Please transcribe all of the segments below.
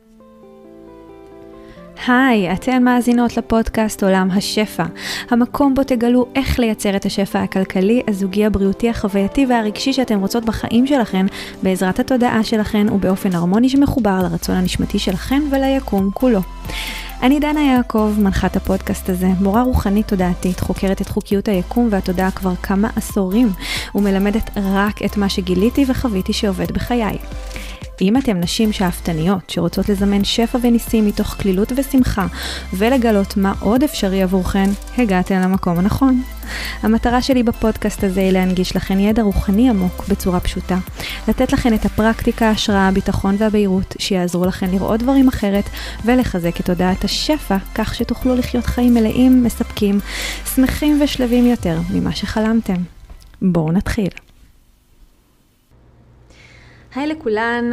היי, אתן מאזינות לפודקאסט עולם השפע, המקום בו תגלו איך לייצר את השפע הכלכלי, הזוגי, הבריאותי, החווייתי והרגשי שאתן רוצות בחיים שלכן, בעזרת התודעה שלכן ובאופן הרמוני שמחובר לרצון הנשמתי שלכן וליקום כולו. אני דנה יעקב, מנחת הפודקאסט הזה, מורה רוחנית תודעתית, חוקרת את חוקיות היקום והתודעה כבר כמה עשורים, ומלמדת רק את מה שגיליתי וחוויתי שעובד בחיי. אם אתם נשים שאפתניות שרוצות לזמן שפע וניסים מתוך כלילות ושמחה ולגלות מה עוד אפשרי עבורכן, הגעתן למקום הנכון. המטרה שלי בפודקאסט הזה היא להנגיש לכן ידע רוחני עמוק בצורה פשוטה, לתת לכן את הפרקטיקה, ההשראה, הביטחון והבהירות שיעזרו לכן לראות דברים אחרת ולחזק את תודעת השפע כך שתוכלו לחיות חיים מלאים, מספקים, שמחים ושלבים יותר ממה שחלמתם. בואו נתחיל. היי לכולן,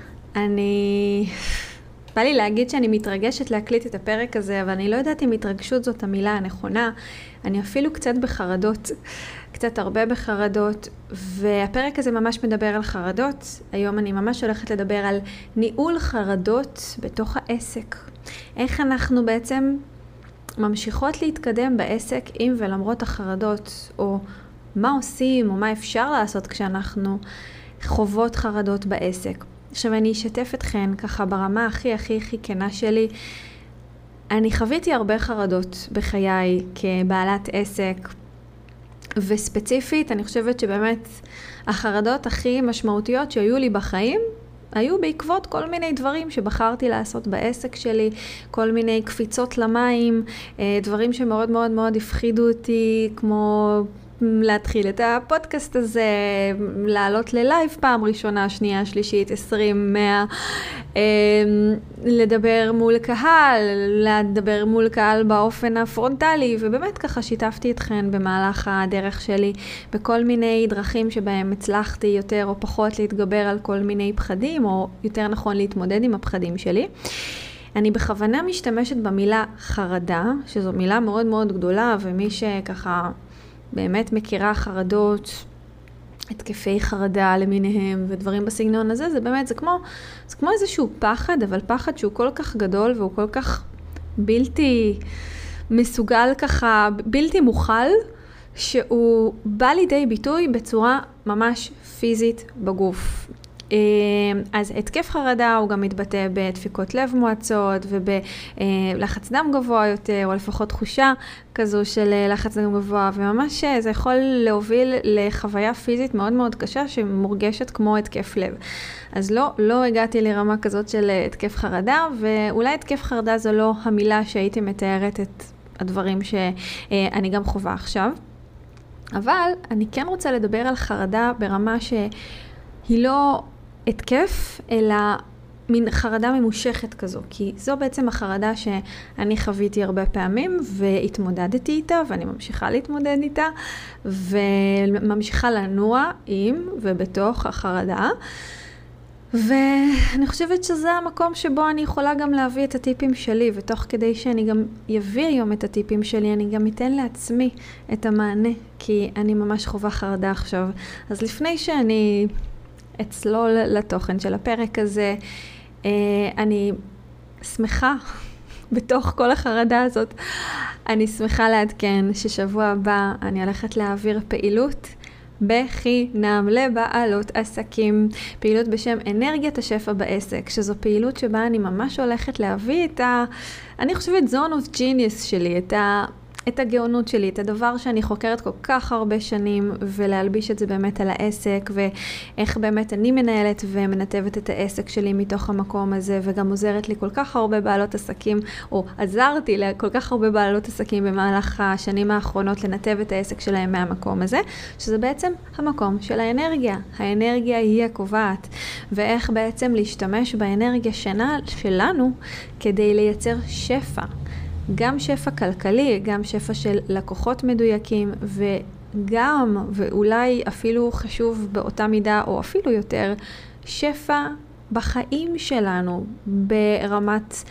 בא לי להגיד שאני מתרגשת להקליט את הפרק הזה, אבל אני לא יודעת אם התרגשות זאת המילה הנכונה. אני אפילו קצת בחרדות, קצת הרבה בחרדות, והפרק הזה ממש מדבר על חרדות. היום אני ממש הולכת לדבר על ניהול חרדות בתוך העסק. איך אנחנו בעצם ממשיכות להתקדם בעסק עם ולמרות החרדות, או מה עושים או מה אפשר לעשות כשאנחנו חוות חרדות בעסק. עכשיו אני אשתף אתכן ככה ברמה הכי כנה שלי. אני חוויתי הרבה חרדות בחיי כבעלת עסק, וספציפית אני חושבת שבאמת החרדות הכי משמעותיות שהיו לי בחיים היו בעקבות כל מיני דברים שבחרתי לעשות בעסק שלי, כל מיני קפיצות למים, דברים שמאוד מאוד מאוד הפחידו אותי, כמו להתחיל את הפודקאסט הזה, לעלות ללייב פעם ראשונה, שנייה, שלישית, 20, 100, לדבר מול קהל, לדבר מול קהל באופן הפרונטלי, ובאמת ככה שיתפתי אתכן במהלך הדרך שלי, בכל מיני דרכים שבהם הצלחתי יותר או פחות להתגבר על כל מיני פחדים, או יותר נכון להתמודד עם הפחדים שלי. אני בכוונה משתמשת במילה חרדה, שזו מילה מאוד מאוד גדולה, ומי שככה באמת מכירה חרדות, התקפי חרדה למיניהם ודברים בסגנון הזה, זה באמת, זה כמו איזשהו פחד, אבל פחד שהוא כל כך גדול והוא כל כך בלתי מסוגל ככה, בלתי מוכל, שהוא בא לידי ביטוי בצורה ממש פיזית בגוף. אז התקף חרדה הוא גם מתבטא בדפיקות לב מואצות ובלחץ דם גבוה יותר, או לפחות תחושה כזו של לחץ דם גבוה, וממש זה יכול להוביל לחוויה פיזית מאוד מאוד קשה שמורגשת כמו התקף לב. אז לא הגעתי לרמה כזאת של התקף חרדה, ואולי התקף חרדה זו לא המילה שהייתי מתארת את הדברים שאני גם חווה עכשיו. אבל אני כן רוצה לדבר על חרדה ברמה שהיא לא התקף, אלא מין חרדה ממושכת כזו, כי זו בעצם החרדה שאני חוויתי הרבה פעמים והתמודדתי איתה, ואני ממשיכה להתמודד איתה, וממשיכה לנוע עם ובתוך החרדה. ואני חושבת שזה המקום שבו אני יכולה גם להביא את הטיפים שלי, ותוך כדי שאני גם יביא היום את הטיפים שלי, אני גם אתן לעצמי את המענה, כי אני ממש חווה חרדה עכשיו. אז לפני שאני אצלול לתוכן של הפרק הזה, אני שמחה בתוך כל החרדה הזאת, אני שמחה לעדכן ששבוע הבא אני הולכת להעביר פעילות בחינם לבעלות עסקים, פעילות בשם אנרגיית השפע בעסק, שזו פעילות שבה אני ממש הולכת להביא אני חושבת zone of genius שלי, את הגאונות שלי, את הדבר שאני חוקרת כל כך הרבה שנים, ולהלביש את זה באמת על העסק, ואיך באמת אני מנהלת ומנתבת את העסק שלי מתוך המקום הזה, וגם עוזרת לי כל כך הרבה בעלות עסקים, או עזרתי לכל כך הרבה בעלות עסקים במהלך השנים האחרונות לנתב את העסק שלהם מהמקום הזה, שזה בעצם המקום של האנרגיה. האנרגיה היא הקובעת, ואיך בעצם להשתמש באנרגיה שלנו כדי לייצר שפע. גם שפע כלכלי, גם שפע של לקוחות מדויקים, וגם, ואולי אפילו חשוב באותה מידה, או אפילו יותר, שפע בחיים שלנו, ברמת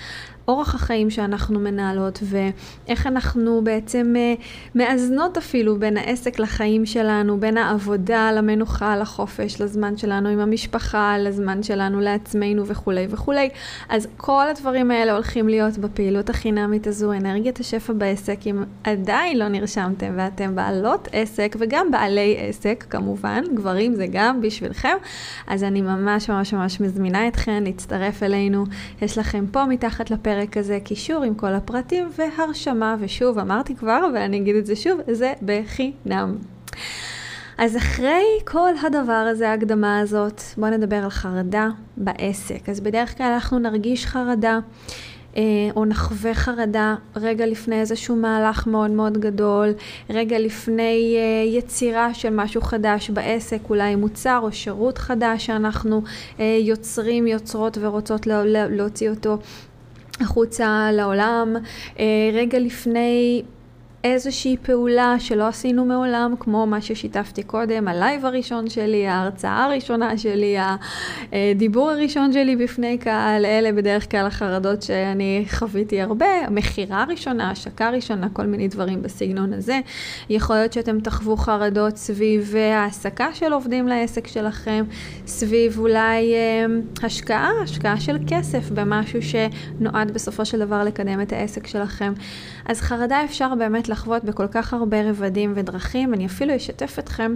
אורח החיים שאנחנו מנהלות, ואיך אנחנו בעצם מאזנות אפילו בין העסק לחיים שלנו, בין העבודה למנוחה, לחופש, לזמן שלנו עם המשפחה, לזמן שלנו לעצמנו וכו' וכו'. אז כל הדברים האלה הולכים להיות בפעילות החינמית הזו, אנרגיית השפע בעסק. אם עדיין לא נרשמתם ואתם בעלות עסק וגם בעלי עסק, כמובן, גברים זה גם בשבילכם, אז אני ממש ממש ממש מזמינה אתכם להצטרף אלינו. יש לכם פה מתחת לפרק הזה קישור עם כל הפרטים והרשמה, ושוב, אמרתי כבר, אבל אני אגיד את זה שוב, זה בחינם. אז אחרי כל הדבר הזה, ההקדמה הזאת, בואו נדבר על חרדה בעסק. אז בדרך כלל אנחנו נרגיש חרדה, או נחווה חרדה רגע לפני איזשהו מהלך מאוד מאוד גדול, רגע לפני יצירה של משהו חדש בעסק, אולי מוצר או שירות חדש שאנחנו יוצרות ורוצות להוציא אותו החוצה לעולם, רגע לפני איזושהי פעולה שלא עשינו מעולם, כמו מה ששיתפתי קודם, הלייב הראשון שלי, ההרצאה הראשונה שלי, הדיבור הראשון שלי בפני קהל, אלה בדרך כלל החרדות שאני חוויתי הרבה, המחירה הראשונה, השקה הראשונה, כל מיני דברים בסגנון הזה. יכול להיות שאתם תחוו חרדות סביב העסקה של עובדים לעסק שלכם, סביב אולי השקעה של כסף במשהו שנועד בסופו של דבר לקדם את העסק שלכם. אז חרדה אפשר באמת לחוות בכל כך הרבה רבדים ודרכים. אני אפילו אשתף אתכם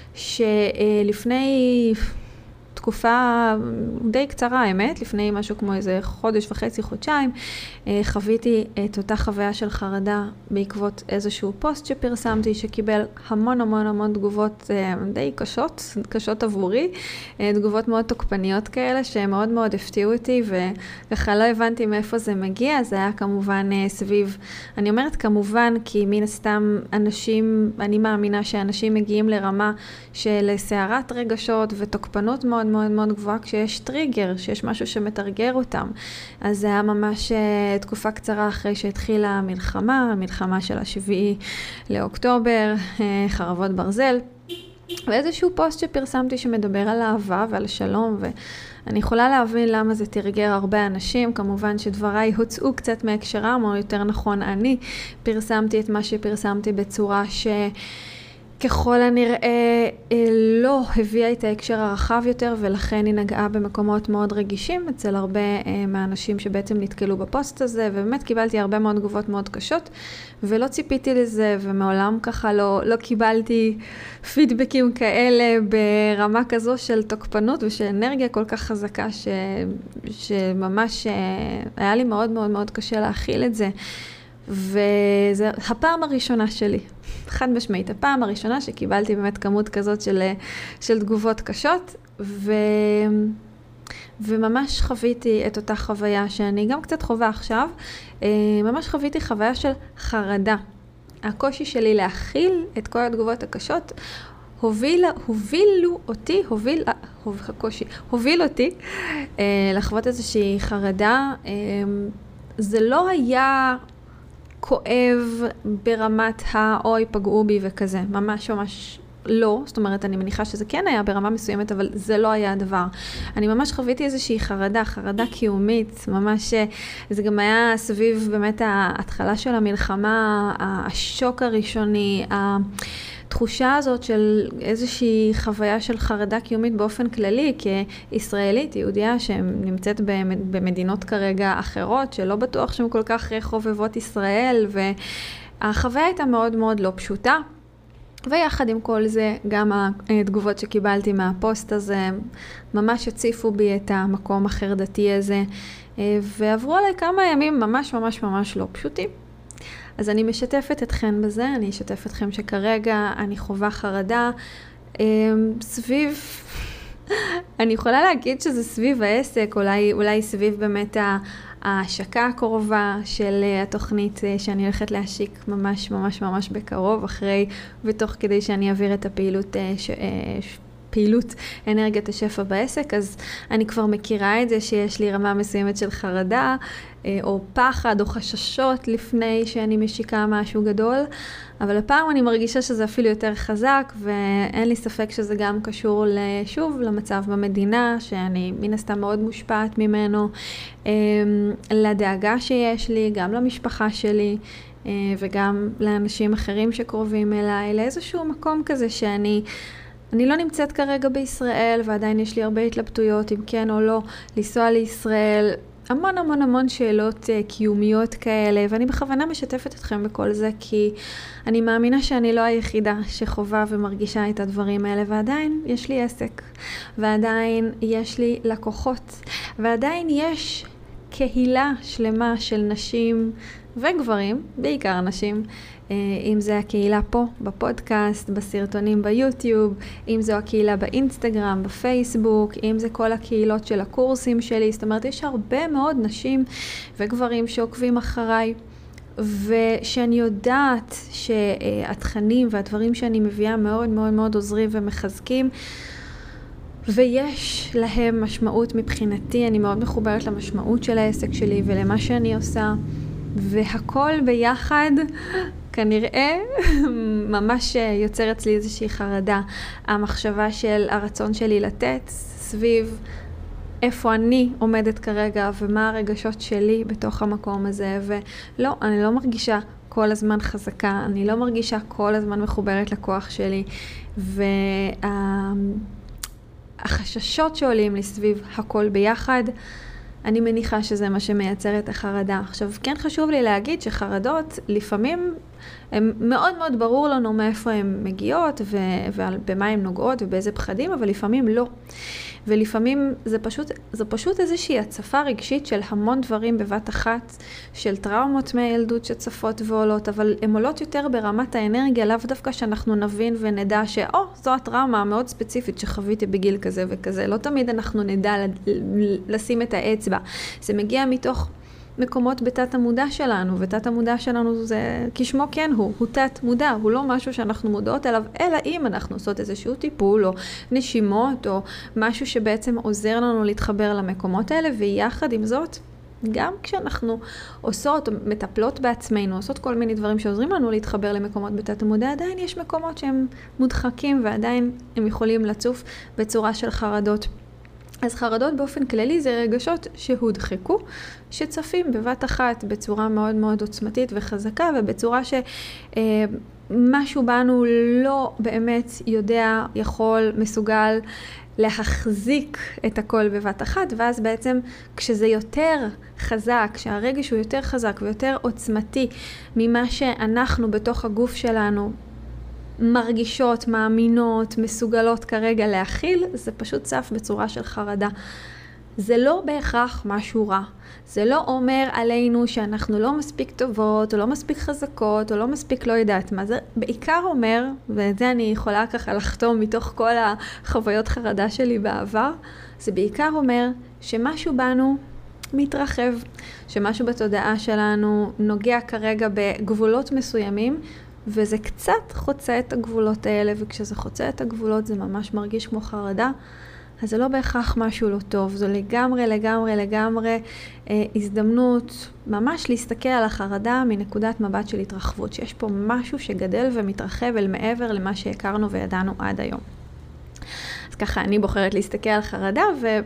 שלפני תקופה די קצרה, האמת, לפני משהו כמו איזה חודש וחצי, חודשיים, חוויתי את אותה חוויה של חרדה בעקבות איזשהו פוסט שפרסמתי, שקיבל המון המון המון תגובות די קשות עבורי, תגובות מאוד תוקפניות כאלה, שמאוד מאוד הפתיעו אותי, וככה לא הבנתי מאיפה זה מגיע. זה היה כמובן סביב, אני אומרת כמובן, כי מן הסתם אנשים, אני מאמינה שאנשים מגיעים לרמה של סערת רגשות ותוקפנות מאוד מאוד מאוד גבוהה, כשיש טריגר, שיש משהו שמתרגר אותם. אז זה היה ממש תקופה קצרה אחרי שהתחילה המלחמה של 7 לאוקטובר, חרבות ברזל, ואיזשהו פוסט שפרסמתי שמדבר על אהבה ועל שלום, ואני יכולה להבין למה זה תרגר הרבה אנשים. כמובן שדבריי הוצאו קצת מהקשרם, או יותר נכון, אני פרסמתי את מה שפרסמתי בצורה ככל הנראה לא הביאה את ההקשר הרחב יותר, ולכן היא נגעה במקומות מאוד רגישים אצל הרבה מהאנשים שבעצם נתקלו בפוסט הזה, ובאמת קיבלתי הרבה מאוד תגובות מאוד קשות, ולא ציפיתי לזה, ומעולם ככה לא קיבלתי פידבקים כאלה ברמה כזו של תוקפנות ושל אנרגיה כל כך חזקה, שממש היה לי מאוד מאוד מאוד קשה להכיל את זה. וזה הפעם הראשונה שלי, חד משמעית, הפעם הראשונה שקיבלתי באמת כמות כזאת של תגובות קשות, וממש חוויתי את אותה חוויה שאני גם קצת חווה עכשיו, ממש חוויתי חוויה של חרדה. הקושי שלי להכיל את כל התגובות הקשות הוביל אותי לחוות איזושהי חרדה. זה לא היה כואב ברמת אוי פגעו בי וכזה, ממש ממש לא. זאת אומרת, אני מניחה שזה כן היה ברמה מסוימת, אבל זה לא היה הדבר. אני ממש חוויתי איזושהי חרדה קיומית, ממש, זה גם היה סביב באמת ההתחלה של המלחמה, השוק הראשוני, התחושה הזאת של איזושהי חוויה של חרדה קיומית באופן כללי, כישראלית, יהודיה, שנמצאת במדינות כרגע אחרות, שלא בטוח שהן כל כך חובבות ישראל, והחוויה הייתה מאוד מאוד לא פשוטה. ויחד עם כל זה, גם התגובות שקיבלתי מהפוסט הזה, ממש הציפו בי את המקום החרדתי הזה, ועברו עליי כמה ימים ממש ממש ממש לא פשוטים. אז אני משתפת אתכם בזה, אני אשתף אתכם שכרגע אני חווה חרדה סביב, אני יכולה להגיד שזה סביב העסק, אולי סביב באמת ההשקה הקרובה של התוכנית שאני הולכת להשיק ממש ממש ממש בקרוב, אחרי ותוך כדי שאני אעביר את הפעילות פעילות אנרגיית השפע בעסק, אז אני כבר מכירה את זה שיש לי רמה מסוימת של חרדה, או פחד, או חששות לפני שאני משיקה משהו גדול, אבל הפעם אני מרגישה שזה אפילו יותר חזק, ואין לי ספק שזה גם קשור שוב למצב במדינה, שאני מן הסתם מאוד מושפעת ממנו, לדאגה שיש לי, גם למשפחה שלי, וגם לאנשים אחרים שקרובים אליי, לאיזשהו מקום כזה שאני לא נמצאת כרגע בישראל, ועדיין יש לי הרבה התלבטויות אם כן או לא לנסוע לישראל, המון המון המון שאלות קיומיות כאלה, ואני בכוונה משתפת אתכם בכל זה, כי אני מאמינה שאני לא היחידה שחובה ומרגישה את הדברים האלה, ועדיין יש לי עסק, ועדיין יש לי לקוחות, ועדיין יש קהילה שלמה של נשים וגברים, בעיקר נשים, אם זה הקהילה פה, בפודקאסט, בסרטונים ביוטיוב, אם זו הקהילה באינסטגרם, בפייסבוק, אם זה כל הקהילות של הקורסים שלי, זאת אומרת, יש הרבה מאוד נשים וגברים שעוקבים אחריי, ושאני יודעת שהתכנים והדברים שאני מביאה מאוד מאוד מאוד עוזרים ומחזקים, ויש להם משמעות מבחינתי, אני מאוד מחוברת למשמעות של העסק שלי ולמה שאני עושה, והכל ביחד כנראה ממש יוצר אצלי איזושהי חרדה. המחשבה של הרצון שלי לתת סביב איפה אני עומדת כרגע ומה הרגשות שלי בתוך המקום הזה, ולא, אני לא מרגישה כל הזמן חזקה, אני לא מרגישה כל הזמן מחוברת לכוח שלי, והחששות שעולים לי סביב הכל ביחד, אני מניחה שזה מה שמייצר את החרדה. עכשיו, כן חשוב לי להגיד שחרדות לפעמים הם מאוד מאוד ברור לנו מאיפה הן מגיעות ובמה הן נוגעות ובאיזה פחדים, אבל לפעמים לא. ולפעמים זה פשוט איזושהי הצפה רגשית של המון דברים בבת אחת, של טראומות מהילדות שצפות ועולות, אבל הן עולות יותר ברמת האנרגיה, לאו דווקא שאנחנו נבין ונדע זו הטראומה המאוד ספציפית שחוויתי בגיל כזה וכזה. לא תמיד אנחנו נדע לשים את האצבע. זה מגיע מתוך מקומות בתת המודע שלנו, ותת המודע שלנו זה כשמו כן הוא תת מודע, הוא לא משהו שאנחנו מודעות אליו, אלא אם אנחנו עושות איזשהו טיפול או נשימות או משהו שבעצם עוזר לנו להתחבר למקומות האלה, ויחד עם זאת, גם כשאנחנו עושות או מטפלות בעצמנו, עושות כל מיני דברים שעוזרים לנו להתחבר למקומות בתת המודע, עדיין יש מקומות שהם מודחקים ועדיין הם יכולים לצוף בצורה של חרדות. אז חרדות באופן כללי זה רגשות שהודחקו, שצפים בבת אחת בצורה מאוד מאוד עוצמתית וחזקה, ובצורה שמשהו בנו לא באמת יודע, יכול, מסוגל להחזיק את הכל בבת אחת, ואז בעצם כשזה יותר חזק, כשהרגש הוא יותר חזק ויותר עוצמתי ממה שאנחנו בתוך הגוף שלנו מרגישות, מאמינות, מסוגלות כרגע להכיל, זה פשוט צף בצורה של חרדה. זה לא בהכרח משהו רע. זה לא אומר עלינו שאנחנו לא מספיק טובות, או לא מספיק חזקות, או לא מספיק לא יודעת מה. זה בעיקר אומר, ואת זה אני יכולה ככה לחתום מתוך כל החוויות חרדה שלי בעבר, זה בעיקר אומר שמשהו בנו מתרחב, שמשהו בתודעה שלנו נוגע כרגע בגבולות מסוימים, וזה קצת חוצה את הגבולות האלה, וכשזה חוצה את הגבולות זה ממש מרגיש כמו חרדה, אז זה לא בהכרח משהו לא טוב, זו לגמרי הזדמנות ממש להסתכל על החרדה מנקודת מבט של התרחבות, שיש פה משהו שגדל ומתרחב אל מעבר למה שהכרנו וידענו עד היום. אז ככה אני בוחרת להסתכל על חרדה,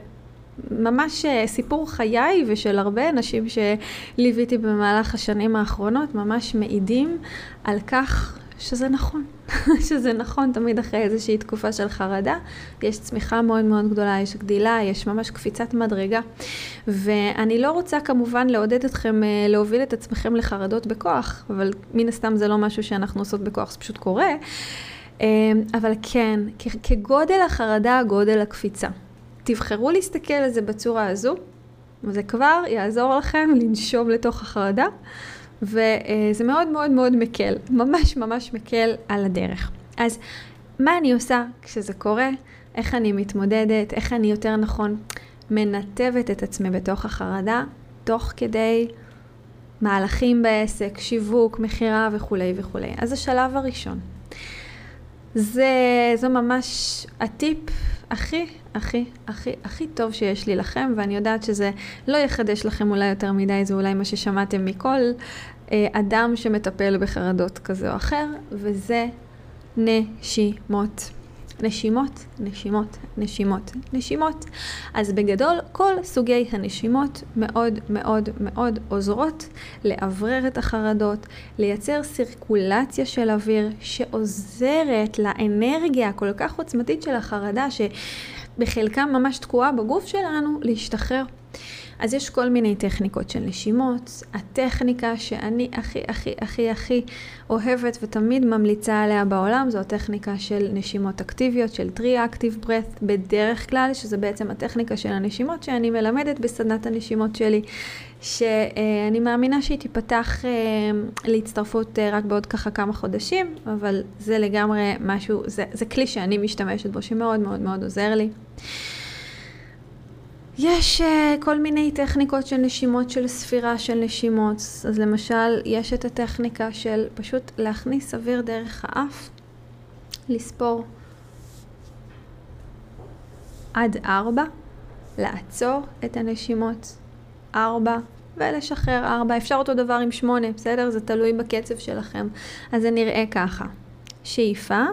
ממש סיפור חיי ושל הרבה אנשים שליוויתי במהלך השנים האחרונות ממש מעידים על כך שזה נכון. שזה נכון תמיד אחרי איזושהי תקופה של חרדה. יש צמיחה מאוד מאוד גדולה, יש גדילה, יש ממש קפיצת מדרגה. ואני לא רוצה כמובן לעודד אתכם להוביל את עצמכם לחרדות בכוח, אבל מן הסתם זה לא משהו שאנחנו עושות בכוח, זה פשוט קורה. אבל כן, כגודל החרדה, גודל הקפיצה. תבחרו להסתכל על זה בצורה הזו, וזה כבר יעזור לכם לנשום לתוך החרדה, וזה מאוד מאוד מאוד מקל, ממש ממש מקל על הדרך. אז מה אני עושה כשזה קורה? איך אני מתמודדת? איך אני יותר נכון מנתבת את עצמי בתוך החרדה, תוך כדי מהלכים בעסק, שיווק, מחירה וכו' וכו'. אז השלב הראשון. זו ממש הטיפ הכי טוב שיש לי לכם, ואני יודעת שזה לא יחדש לכם אולי יותר מדי, זה אולי מה ששמעתם מכל אדם שמטפל בחרדות כזה או אחר, וזה נשימות. נשימות, נשימות, נשימות, נשימות. אז בגדול, כל סוגי הנשימות מאוד מאוד מאוד עוזרות לעברר את החרדות, לייצר סירקולציה של אוויר שעוזרת לאנרגיה הכל כך עוצמתית של החרדה, שבחלקה ממש תקועה בגוף שלנו, להשתחרר. אז יש כל מיני טכניקות של נשימות. הטכניקה שאני הכי אוהבת ותמיד ממליצה עליה בעולם, זו הטכניקה של נשימות אקטיביות, של Tri-Active Breath בדרך כלל, שזה בעצם הטכניקה של הנשימות שאני מלמדת בסדנת הנשימות שלי, שאני מאמינה שהיא תיפתח להצטרפות רק בעוד כמה חודשים, אבל זה לגמרי משהו, זה כלי שאני משתמשת בו, שמאוד מאוד מאוד עוזר לי. יש כל מיני טכניקות של נשימות, של ספירה של נשימות. אז למשל, יש את הטכניקה של פשוט להכניס אוויר דרך האף, לספור עד 4, לעצור את הנשימות 4 ולשחרר 4. אפשר אותו דבר עם 8, בסדר? זה תלוי בקצב שלכם. אז זה נראה ככה. שאיפה,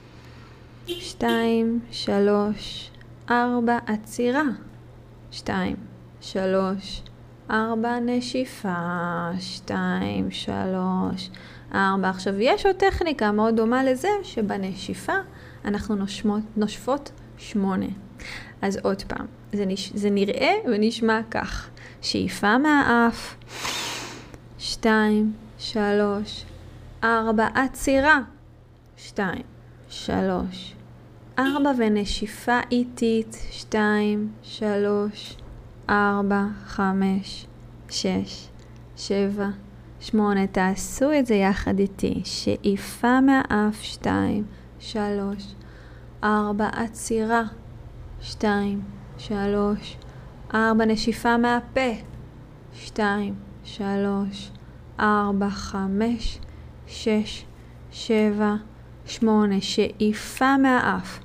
2, 3, 4, עצירה. 2, 3, 4, נשיפה, 2, 3, 4. עכשיו, יש עוד טכניקה מאוד דומה לזה, שבנשיפה אנחנו נושפות 8. אז עוד פעם, זה נראה ונשמע כך. שאיפה מהאף, 2, 3, 4, עצירה, 2, 3, 4 ונשיפה איטית, 2, 3, 4, 5, 6, 7, 8. תעשו את זה יחד איתי. שאיפה מהאף, 2, 3, 4, עצירה, 2, 3, 4, נשיפה מהפה, 2, 3, 4, 5, 6, 7, 8. שאיפה מהאף,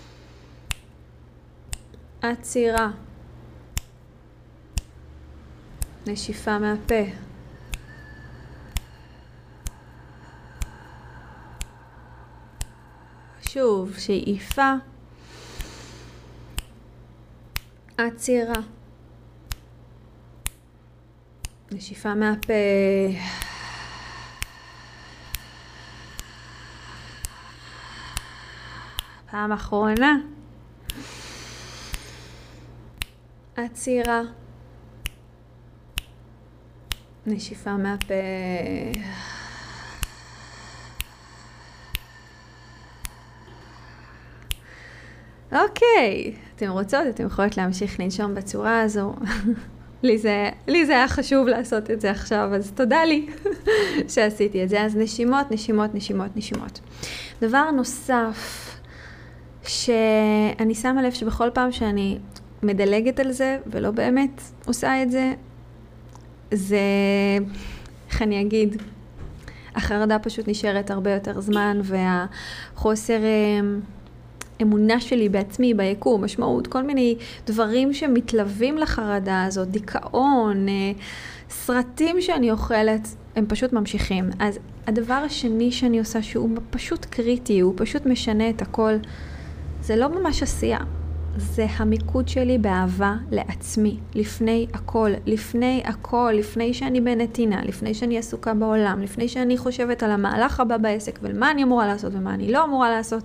עצירה, נשיפה מהפה, שוב, שאיפה, עצירה, נשיפה מהפה, פעם אחרונה, עצירה, נשיפה מהפה, אוקיי, אתם רוצות, אתם יכולות להמשיך לנשום בצורה הזו. לי זה היה חשוב לעשות את זה עכשיו, אז תודה לי שעשיתי את זה. אז נשימות, נשימות, נשימות, נשימות. דבר נוסף, שאני שמה לב שבכל פעם שאני מדלגת על זה, ולא באמת עושה את זה, זה, איך אני אגיד, החרדה פשוט נשארת הרבה יותר זמן, והחוסר אמונה שלי בעצמי, ביקום, משמעות, כל מיני דברים שמתלווים לחרדה הזאת, דיכאון, סרטים שאני אוכלת, הם פשוט ממשיכים. אז הדבר השני שאני עושה, שהוא פשוט קריטי, הוא פשוט משנה את הכל, זה לא ממש עשייה. זה המיקוד שלי באהבה לעצמי, לפני הכל, לפני הכל, לפני שאני בנתינה, לפני שאני עסוקה בעולם, לפני שאני חושבת על המהלך הבא בעסק, ומה אני אמורה לעשות ומה אני לא אמורה לעשות.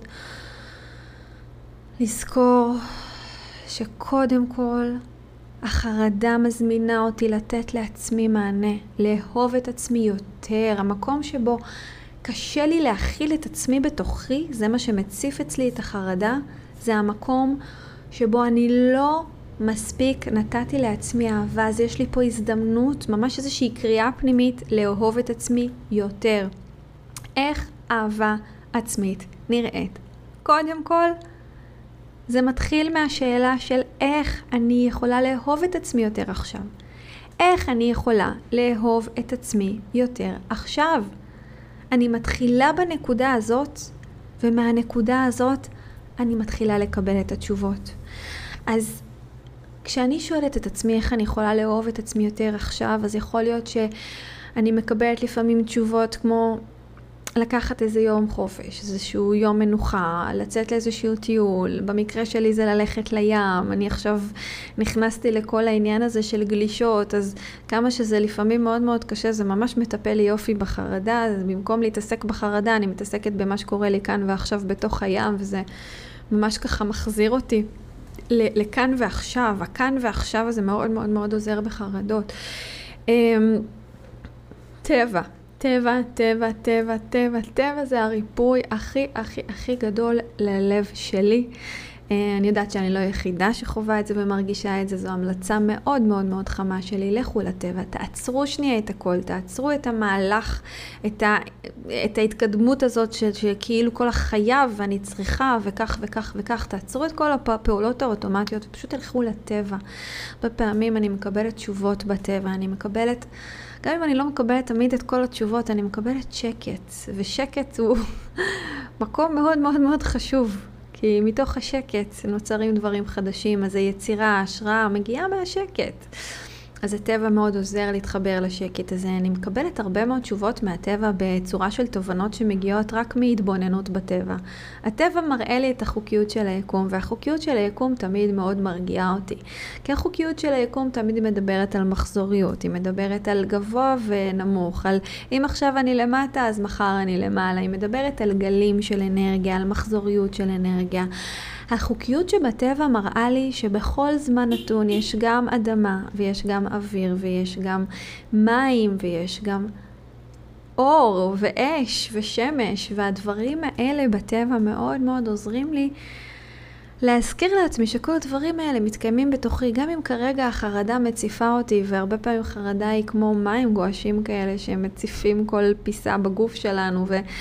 לזכור שקודם כל החרדה מזמינה אותי לתת לעצמי מענה, לאהוב את עצמי יותר. המקום שבו קשה לי להכיל את עצמי בתוכי, זה מה שמציף אצלי את החרדה, זה המקום שבו אני לא מספיק נתתי לעצמי אהבה. אז יש לי פה הזדמנות, ממש איזושהי קריאה פנימית לאהוב את עצמי יותר. איך אהבה עצמית נראית? קודם כל, זה מתחיל מהשאלה של איך אני יכולה לאהוב את עצמי יותר עכשיו. איך אני יכולה לאהוב את עצמי יותר עכשיו. אני מתחילה בנקודה הזאת ומהנקודה הזאת אני מתחילה לקבל את התשובות. אז כשאני שואלת את עצמי איך אני יכולה לאהוב את עצמי יותר עכשיו, אז יכול להיות שאני מקבלת לפעמים תשובות כמו לקחת איזה יום חופש, איזשהו יום מנוחה, לצאת לאיזשהו טיול. במקרה שלי זה ללכת לים. אני עכשיו נכנסתי לכל העניין הזה של גלישות, אז כמה שזה לפעמים מאוד מאוד קשה, זה ממש מטפל לי יופי בחרדה. אז במקום להתעסק בחרדה, אני מתעסקת במה שקורה לי כאן ועכשיו בתוך הים, וזה ממש ככה מחזיר אותי לכאן ועכשיו. הכאן ועכשיו הזה מאוד מאוד מאוד עוזר בחרדות. טבע. טבע זה הריפוי הכי גדול ללב שלי. אני יודעת שאני לא היחידה שחווה את זה ומרגישה את זה. זו המלצה מאוד מאוד מאוד חמה שלי. לכו לטבע, תעצרו שנייה את הכל, תעצרו את המהלך, את ההתקדמות הזאת שכאילו כל החייו ואני צריכה וכך וכך וכך. תעצרו את כל הפעולות האוטומטיות ופשוט תלכו לטבע. בפעמים אני מקבלת תשובות בטבע, אני מקבלת, גם אם אני לא מקבלת תמיד את כל התשובות, אני מקבלת שקט, ושקט הוא מקום מאוד מאוד מאוד חשוב, כי מתוך השקט נוצרים דברים חדשים, אז היצירה, ההשראה מגיעה מהשקט. אז הטבע מאוד עוזר להתחבר לשקט הזה. אני מקבלת הרבה מאוד תשובות מהטבע בצורה של תובנות שמגיעות רק מהתבוננות בטבע. הטבע מראה לי את החוקיות של היקום, והחוקיות של היקום תמיד מאוד מרגיעה אותי. כי החוקיות של היקום תמיד מדברת על מחזוריות, היא מדברת על גבוה ונמוך, על אם עכשיו אני למטה אז מחר אני למעלה, היא מדברת על גלים של אנרגיה, על מחזוריות של אנרגיה. החוקיות שבטבע מראה לי שבכל זמן נתון יש גם אדמה ויש גם אוויר ויש גם מים ויש גם אור ואש ושמש, והדברים האלה בטבע מאוד מאוד עוזרים לי להזכיר לעצמי שכל הדברים האלה מתקיימים בתוכי, גם אם כרגע החרדה מציפה אותי, והרבה פעמים חרדה היא כמו מים גועשים כאלה שמציפים כל פיסה בגוף שלנו,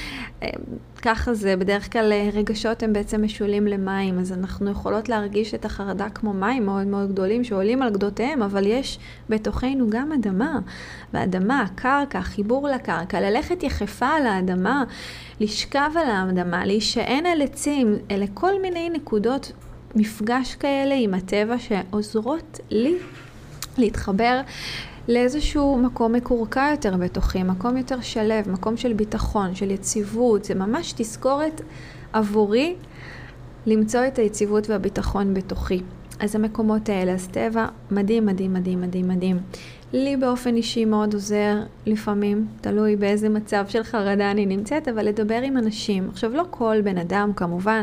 וככה זה, בדרך כלל רגשות הם בעצם משולים למים, אז אנחנו יכולות להרגיש את החרדה כמו מים מאוד מאוד גדולים שעולים על גדותיהם, אבל יש בתוכנו גם אדמה, והאדמה, הקרקע, חיבור לקרקע, ללכת יחפה על האדמה, לשכב על האדמה, להישען על עצים, אלה כל מיני נקודות מפגש כאלה עם הטבע שעוזרות לי להתחבר לאיזשהו מקום מקורקע יותר בתוכי, מקום יותר שלב, מקום של ביטחון, של יציבות. זה ממש תזכורת עבורי למצוא את היציבות והביטחון בתוכי. אז המקומות האלה, אז טבע, מדהים, מדהים, מדהים, מדהים, מדהים. לי באופן אישי מאוד עוזר לפעמים, תלוי באיזה מצב של חרדה אני נמצאת, אבל לדבר עם אנשים. עכשיו, לא כל בן אדם כמובן,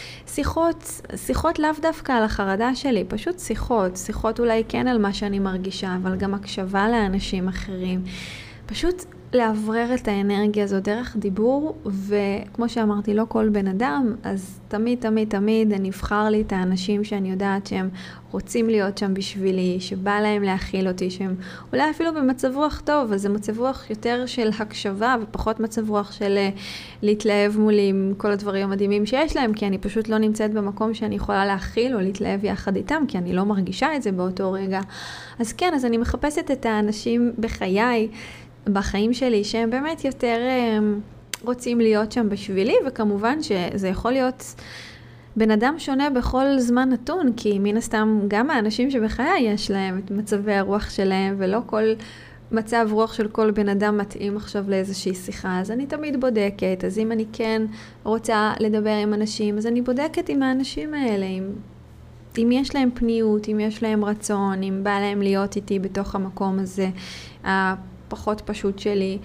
שיחות לאו דווקא על החרדה שלי, פשוט שיחות אולי כן על מה שאני מרגישה, אבל גם הקשבה לאנשים אחרים. פשוט לעברר את האנרגיה הזו דרך דיבור, וכמו שאמרתי, לא כל בן אדם, אז תמיד, תמיד, תמיד אני אבחר לי את האנשים שאני יודעת שהם רוצים להיות שם בשבילי, שבא להם להכיל אותי, שהם אולי אפילו במצב רוח טוב, אבל זה מצב רוח יותר של הקשבה, ופחות מצב רוח של להתלהב מולי עם כל הדברים המדהימים שיש להם, כי אני פשוט לא נמצאת במקום שאני יכולה להכיל או להתלהב יחד איתם, כי אני לא מרגישה את זה באותו רגע. אז כן, אז אני מחפשת את האנשים בחיי, בחיים שלי, שהם באמת יותר רוצים להיות שם בשבילי, וכמובן שזה יכול להיות בן אדם שונה בכל זמן נתון, כי מן הסתם גם האנשים שבחיי יש להם את מצבי הרוח שלהם, ולא כל מצב רוח של כל בן אדם מתאים עכשיו לאיזושהי שיחה. אז אני תמיד בודקת, אז אם אני כן רוצה לדבר עם אנשים, אז אני בודקת עם האנשים האלה, אם יש להם פניות, אם יש להם רצון, אם בא להם להיות איתי בתוך המקום הזה, פחות פשוט שלי.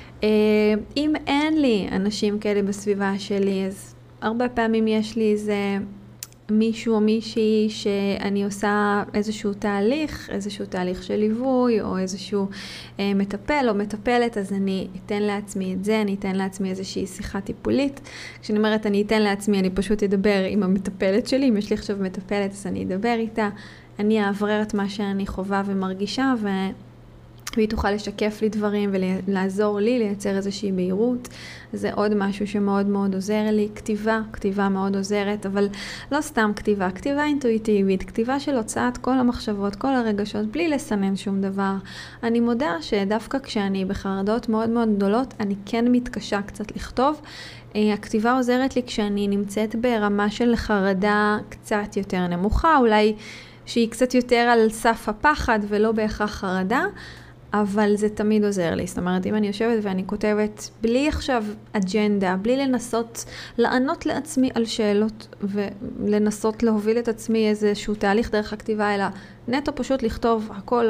אם אין לי אנשים כאלה בסביבה שלי, אז הרבה פעמים יש לי איזה מישהו או מישהי שאני עושה איזשהו תהליך של ליווי, או איזשהו מטפל או מטפלת, אז אני אתן לעצמי את זה, אני אתן לעצמי איזושהי שיחה טיפולית. כשאני אומרת אני אתן לעצמי, אני פשוט אדבר עם המטפלת שלי, אם יש לי עכשיו מטפלת, אז אני אדבר איתה, אני אעברר את מה שאני חווה ומרגישה, והיא תוכל לשקף לי דברים ולעזור לי לייצר איזושהי בהירות. זה עוד משהו שמאוד מאוד עוזר לי. כתיבה מאוד עוזרת, אבל לא סתם כתיבה אינטואיטיבית, כתיבה של הוצאת כל המחשבות, כל הרגשות, בלי לסנן שום דבר. אני מודה שדווקא כשאני בחרדות מאוד מאוד גדולות, אני כן מתקשה קצת לכתוב. הכתיבה עוזרת לי כשאני נמצאת ברמה של חרדה קצת יותר נמוכה, אולי שהיא קצת יותר על סף הפחד ולא בהכרח חרדה, אבל זה תמיד עוזר לי. זאת אומרת, אם אני יושבת ואני כותבת בלי עכשיו אג'נדה, בלי לנסות לענות לעצמי על שאלות ולנסות להוביל את עצמי איזשהו תהליך דרך הכתיבה, אלא נטו פשוט לכתוב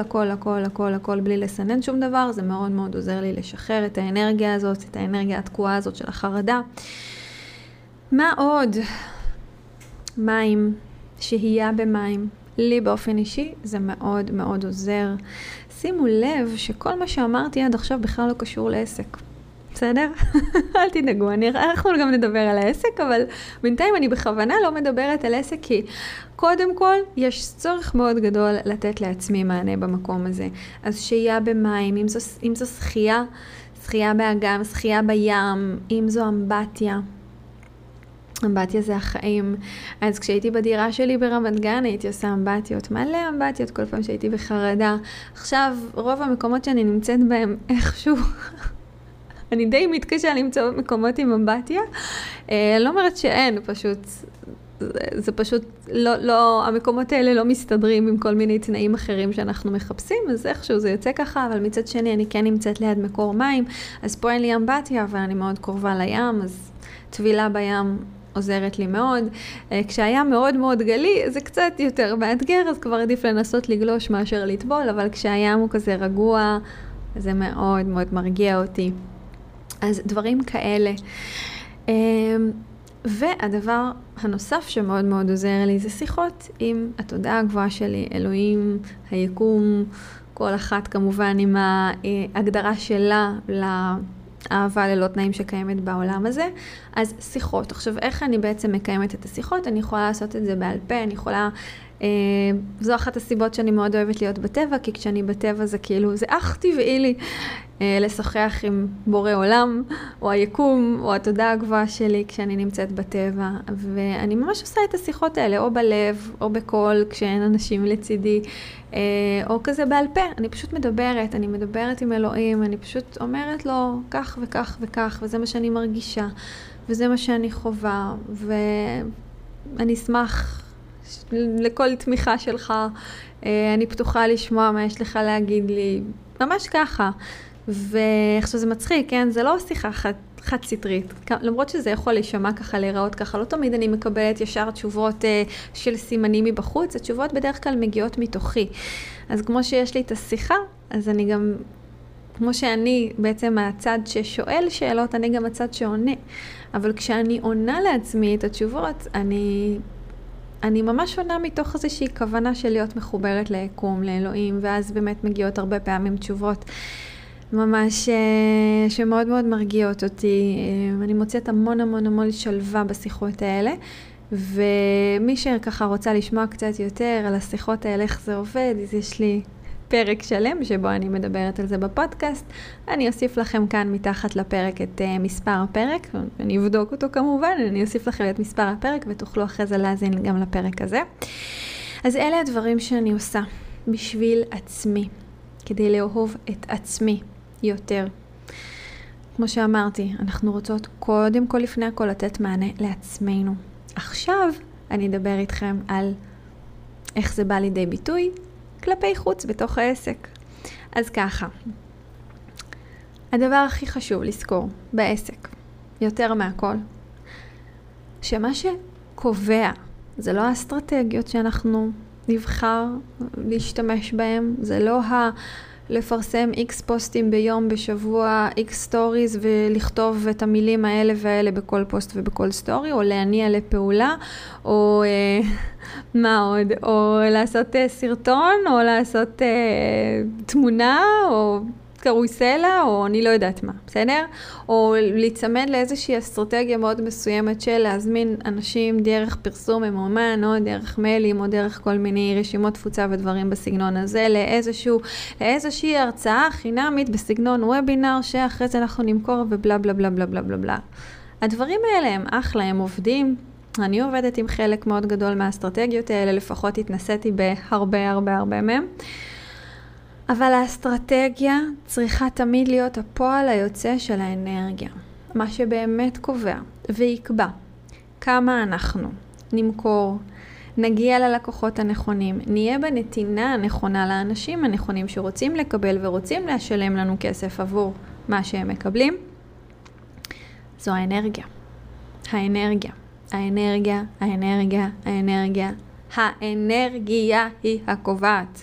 הכל בלי לסנן שום דבר, זה מאוד מאוד עוזר לי לשחרר את האנרגיה הזאת, את האנרגיה התקועה הזאת של החרדה. מה עוד? מים, שהייה במים. לי באופן אישי זה מאוד מאוד עוזר. שימו לב שכל מה שאמרתי עד עכשיו בכלל לא קשור לעסק. בסדר? אל תדאגו, אנחנו גם נדבר על העסק, אבל בינתיים אני בכוונה לא מדברת על עסק, כי קודם כל יש צורך מאוד גדול לתת לעצמי מענה במקום הזה. אז שהייה במים, אם זו שחייה באגם, שחייה בים, אם זו אמבטיה. אמבטיה זה החיים. אז כשהייתי בדירה שלי ברמת גן, הייתי עושה אמבטיות, מלא אמבטיות כל פעם שהייתי בחרדה. עכשיו, רוב המקומות שאני נמצאת בהם איכשהו, אני די מתקשה למצוא מקומות עם אמבטיה. לא אומרת שאין, פשוט, זה פשוט, לא, המקומות האלה לא מסתדרים עם כל מיני תנאים אחרים שאנחנו מחפשים, אז איכשהו זה יוצא ככה, אבל מצד שני אני כן נמצאת ליד מקור מים, אז פה אין לי אמבטיה, אבל אני מאוד קרובה לים, אז טבילה בים עוזרת לי מאוד. כשהיה מאוד מאוד גלי, זה קצת יותר מאתגר, אז כבר עדיף לנסות לגלוש מאשר לטבול, אבל כשהים הוא כזה רגוע, זה מאוד מאוד מרגיע אותי. אז דברים כאלה. והדבר הנוסף שמאוד מאוד עוזר לי, זה שיחות עם התודעה הגבוהה שלי, אלוהים, היקום, כל אחת כמובן עם ההגדרה שלה אהבה ללא תנאים שקיימת בעולם הזה. אז שיחות. עכשיו, איך אני בעצם מקיימת את השיחות? אני יכולה לעשות את זה בעל פה, אני יכולה, זו אחת הסיבות שאני מאוד אוהבת להיות בטבע, כי כשאני בטבע זה כאילו, זה אך טבעי לי לשוחח עם בורא עולם, או היקום, או התודעה הגבוהה שלי כשאני נמצאת בטבע. ואני ממש עושה את השיחות האלה, או בלב, או בקול, כשאין אנשים לצידי, או כזה בעל פה. אני פשוט מדברת, אני מדברת עם אלוהים, אני פשוט אומרת לו כך וכך וכך, וזה מה שאני מרגישה, וזה מה שאני חובה, ואני אשמח לכל תמיכה שלך, אני פתוחה לשמוע מה יש לך להגיד לי, ממש ככה. ועכשיו זה מצחיק, כן? זה לא שיחה חד סטרית, למרות שזה יכול להישמע ככה, להיראות ככה, לא תמיד אני מקבלת ישר תשובות של סימנים מבחוץ, התשובות בדרך כלל מגיעות מתוכי. אז כמו שיש לי את השיחה, אז אני גם, כמו שאני בעצם הצד ששואל שאלות, אני גם הצד שעונה. אבל כשאני עונה לעצמי את התשובות, אני ממש עונה מתוך איזושהי כוונה של להיות מחוברת ליקום, לאלוהים, ואז באמת מגיעות הרבה פעמים תשובות ממש שמאוד מאוד מרגיעות אותי. אני מוצאת המון שלווה בשיחות האלה, ומי שככה רוצה לשמוע קצת יותר על השיחות האלה, איך זה עובד, אז יש לי פרק שלם שבו אני מדברת על זה בפודקאסט. אני אוסיף לכם כאן מתחת לפרק את מספר הפרק, אני אבדוק אותו כמובן, אני אוסיף לכם את מספר הפרק ותוכלו אחרי זה להאזין גם לפרק הזה. אז אלה הדברים שאני עושה בשביל עצמי, כדי לאהוב את עצמי יותר. כמו שאמרתי, אנחנו רוצות קודם כל לפני הכל לתת מענה לעצמנו. עכשיו אני אדבר איתכם על איך זה בא לידי ביטוי כלפי חוץ בתוך העסק. אז ככה, הדבר הכי חשוב לזכור בעסק, יותר מהכל, שמה שקובע זה לא האסטרטגיות שאנחנו נבחר להשתמש בהם, זה לא לפרסם X פוסטים ביום, בשבוע, X סטוריז, ולכתוב את המילים האלה והאלה בכל פוסט ובכל סטורי, או להניע לפעולה, או מה עוד, או לעשות סרטון, או לעשות תמונה, או קרוסלה, או אני לא יודעת מה, בסדר? או להצמד לאיזושהי אסטרטגיה מאוד מסוימת של להזמין אנשים דרך פרסום ממומן, או דרך מיילים, או דרך כל מיני רשימות תפוצה ודברים בסגנון הזה, לאיזושהי הרצאה חינמית בסגנון וובינר, שאחרי זה אנחנו נמכור ובלה בלה בלה בלה בלה בלה בלה. הדברים האלה הם אחלה, הם עובדים. אני עובדת עם חלק מאוד גדול מהאסטרטגיות האלה, לפחות התנסיתי בהרבה הרבה הרבה מהם. אבל האסטרטגיה צריכה תמיד להיות הפועל היוצא של האנרגיה. מה שבאמת קובע ויקבע כמה אנחנו נמכור, נגיע ללקוחות הנכונים, נהיה בנתינה הנכונה לאנשים הנכונים שרוצים לקבל ורוצים לשלם לנו כסף עבור מה שהם מקבלים. זו האנרגיה. האנרגיה. האנרגיה, האנרגיה, האנרגיה. האנרגיה היא הקובעת.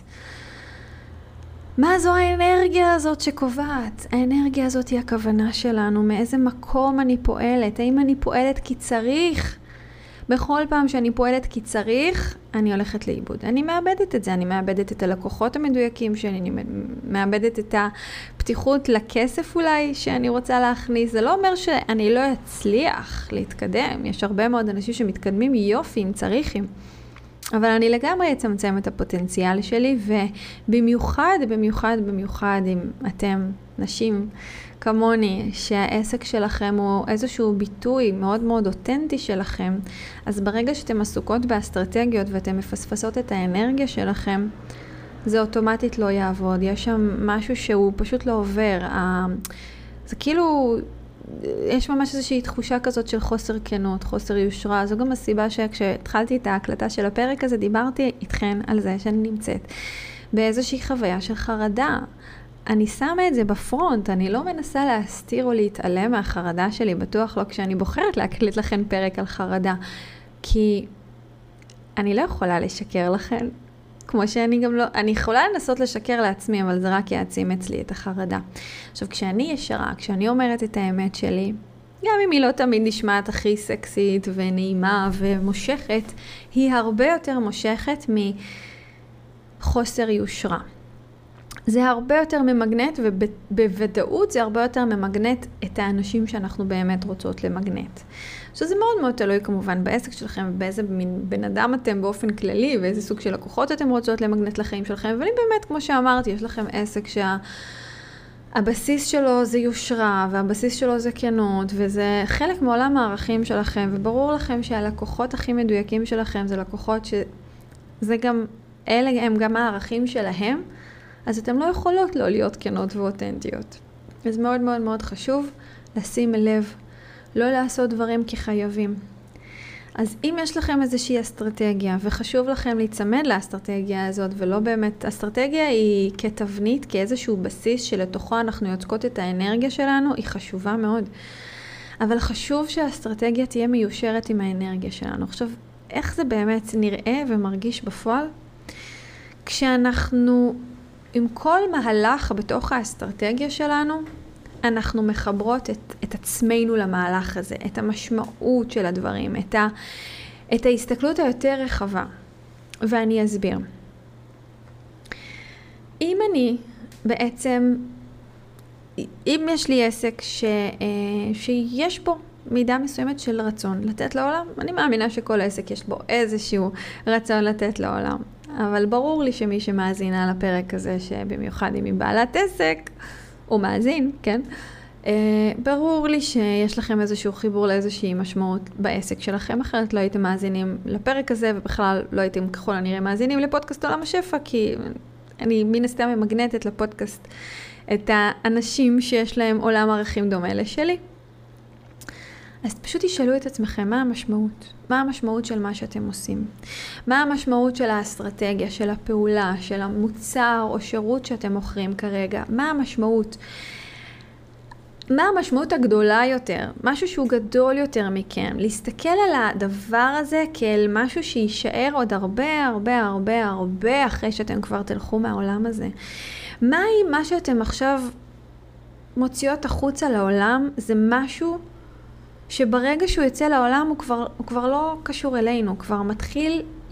מה זו האנרגיה הזאת שקובעת? האנרגיה הזאת היא הכוונה שלנו, מאיזה מקום אני פועלת, האם אני פועלת כי צריך? בכל פעם שאני פועלת כי צריך, אני הולכת לאיבוד. אני מאבדת את זה, אני מאבדת את הלקוחות המדויקים שלי, אני מאבדת את הפתיחות לכסף אולי שאני רוצה להכניס. זה לא אומר שאני לא אצליח להתקדם, יש הרבה מאוד אנשים שמתקדמים יופי אם צריכים. אבל אני לגמרי אצמצם את הפוטנציאל שלי, ובמיוחד, במיוחד, במיוחד אם אתם נשים כמוני, שהעסק שלכם הוא איזשהו ביטוי מאוד מאוד אותנטי שלכם, אז ברגע שאתם עסוקות באסטרטגיות ואתם מפספסות את האנרגיה שלכם, זה אוטומטית לא יעבוד. יש שם משהו שהוא פשוט לא עובר. זה כאילו, יש ממש איזושהי תחושה כזאת של חוסר כנות, חוסר יושרה. זו גם הסיבה שכשהתחלתי את ההקלטה של הפרק הזה, דיברתי איתכן על זה שאני נמצאת באיזושהי חוויה של חרדה. אני שמה את זה בפרונט, אני לא מנסה להסתיר או להתעלם מהחרדה שלי, בטוח לא כשאני בוחרת להקליט לכן פרק על חרדה, כי אני לא יכולה לשקר לכן, כמו שאני גם לא, אני יכולה לנסות לשקר לעצמי, אבל זה רק יעצים אצלי את החרדה. עכשיו, כשאני ישרה, כשאני אומרת את האמת שלי, גם אם היא לא תמיד נשמעת הכי סקסית ונעימה ומושכת, היא הרבה יותר מושכת מחוסר יושרה. זה הרבה יותר ממגנט, ובוודאות זה הרבה יותר ממגנט את האנשים שאנחנו באמת רוצות למגנט. עכשיו זה מאוד מאוד תלוי כמובן בעסק שלכם, ובאיזה בן אדם אתם באופן כללי, ואיזה סוג של לקוחות אתם רוצות למגנט לחיים שלכם, אבל אם באמת, כמו שאמרתי, יש לכם עסק שהבסיס שלו זה יושרה, והבסיס שלו זה כנות, וזה חלק מעולם הערכים שלכם, וברור לכם שהלקוחות הכי מדויקים שלכם זה לקוחות שזה גם, אלה הם גם הערכים שלהם, אז אתם לא יכולות לא להיות כנות ואותנטיות. אז מאוד מאוד מאוד חשוב לשים לב, לא לעשות דברים כחייבים. אז אם יש לכם איזושהי אסטרטגיה, וחשוב לכם להיצמד לאסטרטגיה הזאת, ולא באמת, אסטרטגיה היא כתבנית, כאיזשהו בסיס שלתוכו אנחנו יוצקות את האנרגיה שלנו, היא חשובה מאוד. אבל חשוב שהאסטרטגיה תהיה מיושרת עם האנרגיה שלנו. עכשיו, איך זה באמת נראה ומרגיש בפועל? כשאנחנו עם כל מהלך בתוך האסטרטגיה שלנו, אנחנו מחברות את עצמנו למהלך הזה, את המשמעות של הדברים, את ההסתכלות היותר רחבה. ואני אסביר. אם אני בעצם, אם יש לי עסק שיש בו מידה מסוימת של רצון לתת לעולם, אני מאמינה שכל עסק יש בו איזשהו רצון לתת לעולם. אבל ברור לי שמי שמאזינה לפרק הזה, שבמיוחד אם היא בעלת עסק, הוא מאזין, כן? ברור לי שיש לכם איזשהו חיבור לאיזושהי משמעות בעסק שלכם, אחרת לא הייתם מאזינים לפרק הזה, ובכלל לא הייתם ככל הנראה מאזינים לפודקאסט עולם השפע, כי אני מן הסתם ממגנטת לפודקאסט את האנשים שיש להם עולם ערכים דומה לשלי. אז פשוט תשאלו את עצמכם מה המשמעות. מה המשמעות של מה שאתם עושים? מה המשמעות של האסטרטגיה, של הפעולה, של המוצר או שירות שאתם מוכרים כרגע? מה המשמעות? מה המשמעות הגדולה יותר? משהו שהוא גדול יותר מכם. להסתכל על הדבר הזה כאל משהו שישאר עוד הרבה הרבה הרבה הרבה אחרי שאתם כבר תלכו מהעולם הזה. מה שאתם עכשיו מוציאות החוצה לעולם זה משהו שברגע שהוא יצא לעולם הוא כבר לא קשור אלינו, כבר מתחיל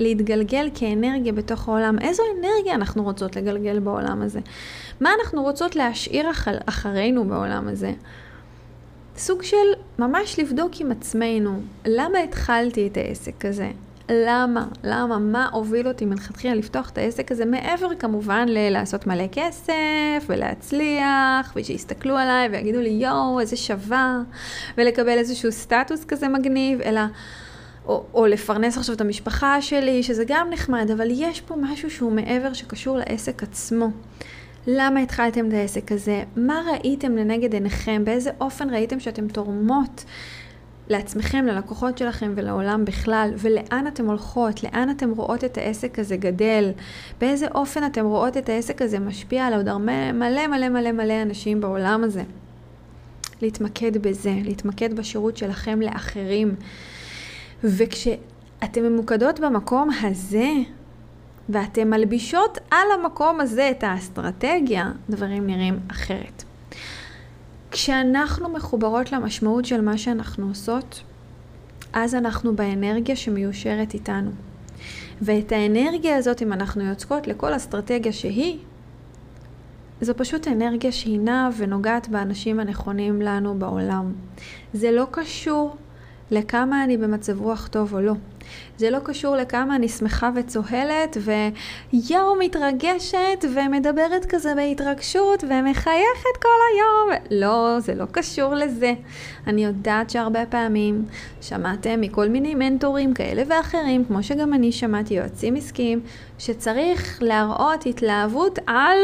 להתגלגל כאנרגיה בתוך העולם. איזו אנרגיה אנחנו רוצות לגלגל בעולם הזה? מה אנחנו רוצות להשאיר אחרינו בעולם הזה? סוג של ממש לבדוק עם עצמנו, למה התחלתי את העסק הזה? למה? מה הוביל אותי מלכתחילה לפתוח את העסק הזה? מעבר כמובן לעשות מלא כסף ולהצליח ושיסתכלו עליי ויגידו לי יואו איזה שווה ולקבל איזשהו סטטוס כזה מגניב, אלא או לפרנס עכשיו את המשפחה שלי, שזה גם נחמד, אבל יש פה משהו שהוא מעבר שקשור לעסק עצמו. למה התחלתם את העסק הזה? מה ראיתם לנגד עיניכם? באיזה אופן ראיתם שאתם תורמות לעצמכם, ללקוחות שלכם ולעולם בכלל? ולאן אתם הולכות? לאן אתם רואות את העסק הזה גדל? באיזה אופן אתם רואות את העסק הזה משפיע על עוד מלא אנשים בעולם הזה? להתמקד בזה, להתמקד בשירות שלכם לאחרים. וכשאתם ממוקדות במקום הזה, ואתם מלבישות על המקום הזה את האסטרטגיה, דברים נראים אחרת. כשאנחנו מחוברות למשמעות של מה שאנחנו עושות, אז אנחנו באנרגיה שמיושרת איתנו. ואת האנרגיה הזאת, אם אנחנו יוצקות לכל אסטרטגיה שהיא, זו פשוט אנרגיה שהיא נעה ונוגעת באנשים הנכונים לנו בעולם. זה לא קשור לכמה אני במצב רוח טוב או לא. זה לא קשור לכמה אני שמחה וצוהלת ויום מתרגשת ומדברת כזה בהתרגשות ומחייכת כל היום. לא, זה לא קשור לזה. אני יודעת שהרבה פעמים שמעתם מכל מיני מנטורים כאלה ואחרים, כמו שגם אני שמעתי יועצים עסקיים, שצריך להראות התלהבות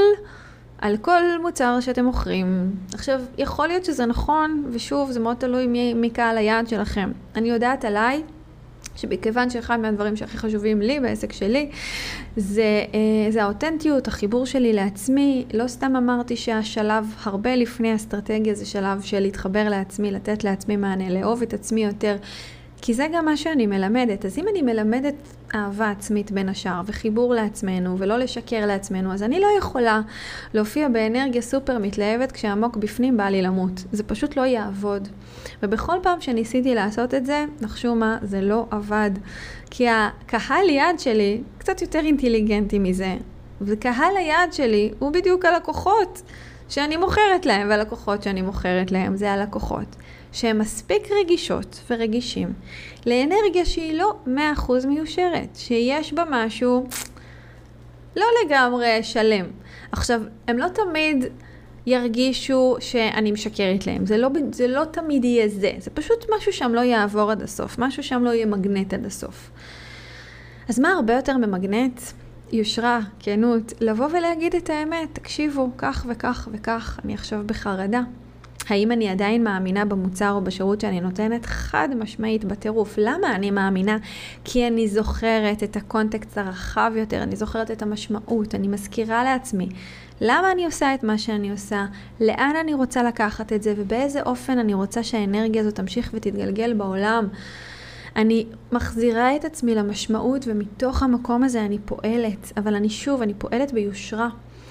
על כל מוצר שאתם מוכרים. עכשיו, יכול להיות שזה נכון, ושוב, זה מאוד תלוי מי קהל היעד שלכם. אני יודעת עליי, שבכיוון שאחד מהדברים שהכי חשובים לי בעסק שלי, זה האותנטיות, החיבור שלי לעצמי. לא סתם אמרתי שהשלב הרבה לפני האסטרטגיה זה שלב של להתחבר לעצמי, לתת לעצמי מענה, לאהוב את עצמי יותר, כי זה גם מה שאני מלמדת. אז אם אני מלמדת אהבה עצמית בין השאר וחיבור לעצמנו ולא לשקר לעצמנו, אז אני לא יכולה להופיע באנרגיה סופר מתלהבת כשעמוק בפנים בא לי למות. זה פשוט לא יעבוד. ובכל פעם שניסיתי לעשות את זה, נחשו מה, זה לא עבד. כי הקהל יעד שלי קצת יותר אינטליגנטי מזה. וקהל היעד שלי הוא בדיוק הלקוחות שאני מוכרת להם, והלקוחות שאני מוכרת להם זה הלקוחות שהם מספיק רגישות ורגישים לאנרגיה שהיא לא 100% מיושרת, שיש בה משהו לא לגמרי שלם. עכשיו, הם לא תמיד ירגישו שאני משקרת להם, זה לא תמיד יהיה זה פשוט משהו שם לא יעבור עד הסוף, משהו שם לא יהיה מגנט עד הסוף. אז מה הרבה יותר ממגנט? יושרה, כנות, לבוא ולהגיד את האמת, תקשיבו, כך וכך וכך, אני עכשיו בחרדה. האם אני עדיין מאמינה במוצר או בשירות שאני נותנת? חד משמעית בטירוף. למה אני מאמינה? כי אני זוכרת את הקונטקסט הרחב יותר, אני זוכרת את המשמעות, אני מזכירה לעצמי. למה אני עושה את מה שאני עושה? לאן אני רוצה לקחת את זה? ובאיזה אופן אני רוצה שהאנרגיה הזאת תמשיך ותתגלגל בעולם? אני מחזירה את עצמי למשמעות, ומתוך המקום הזה אני פועלת. אבל אני פועלת ביושרה.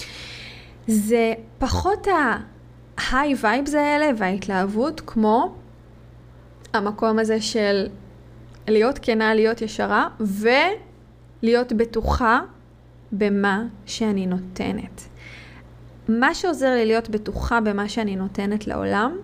זה פחות ה-high vibes האלה וההתלהבות, כמו המקום הזה של להיות כנה, להיות ישרה, ולהיות בטוחה במה שאני נותנת. מה שעוזר לי להיות בטוחה במה שאני נותנת לעולם,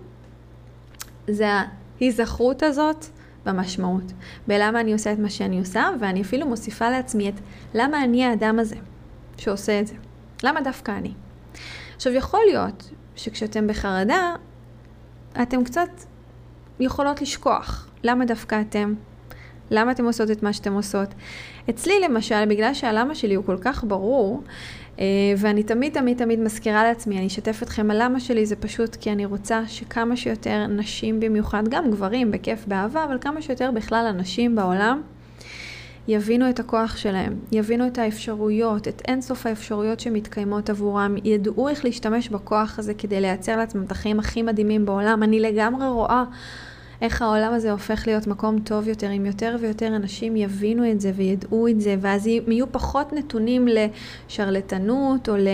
זה ההיזכרות הזאת במשמעות. בלמה אני עושה את מה שאני עושה, ואני אפילו מוסיפה לעצמי את למה אני האדם הזה שעושה את זה. למה דווקא אני? עכשיו, יכול להיות שכשאתם בחרדה, אתם קצת יכולות לשכוח. למה דווקא אתם? למה אתם עושות את מה שאתם עושות? אצלי למשל, בגלל שהלמה שלי הוא כל כך ברור, ואני תמיד מזכירה לעצמי, אני אשתף אתכם על למה שלי, זה פשוט כי אני רוצה שכמה שיותר נשים במיוחד, גם גברים בכיף באהבה, אבל כמה שיותר בכלל אנשים בעולם, יבינו את הכוח שלהם, יבינו את האפשרויות, את אינסוף האפשרויות שמתקיימות עבורם, ידעו איך להשתמש בכוח הזה כדי לייצר לעצמם את החיים הכי מדהימים בעולם. אני לגמרי רואה איך העולם הזה הופך להיות מקום טוב יותר, אם יותר ויותר אנשים יבינו את זה וידעו את זה, ואז יהיו פחות נתונים לשרלטנות או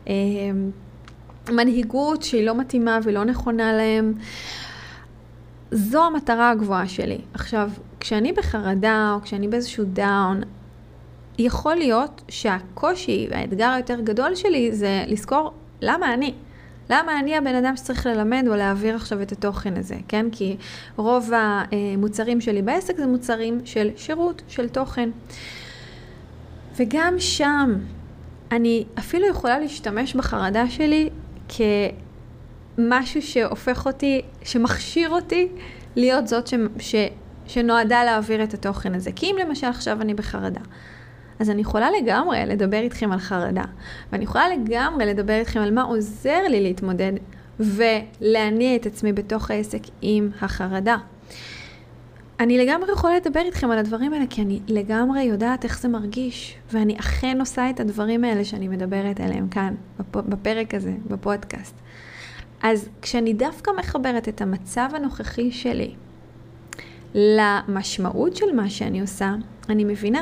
למנהיגות שהיא לא מתאימה ולא נכונה להם. זו המטרה הגבוהה שלי. עכשיו, כשאני בחרדה או כשאני באיזשהו דאון, יכול להיות שהקושי והאתגר היותר גדול שלי זה לזכור למה אני הבן אדם שצריך ללמד או להעביר עכשיו את התוכן הזה, כן? כי רוב המוצרים שלי בעסק זה מוצרים של שירות, של תוכן. וגם שם אני אפילו יכולה להשתמש בחרדה שלי כמשהו שהופך אותי, שמכשיר אותי להיות זאת שנועדה להעביר את התוכן הזה. כי אם למשל עכשיו אני בחרדה, אז אני יכולה לגמרי לדבר איתכם על חרדה, ואני יכולה לגמרי לדבר איתכם על מה עוזר לי להתמודד ולהניע את עצמי בתוך העסק עם החרדה. אני לגמרי יכולה לדבר איתכם על הדברים האלה, כי אני לגמרי יודעת איך זה מרגיש, ואני אכן עושה את הדברים האלה שאני מדברת עליהם כאן, בפרק הזה, בפודקאסט. אז כשאני דווקא מחברת את המצב הנוכחי שלי למשמעות של מה שאני עושה, אני מבינה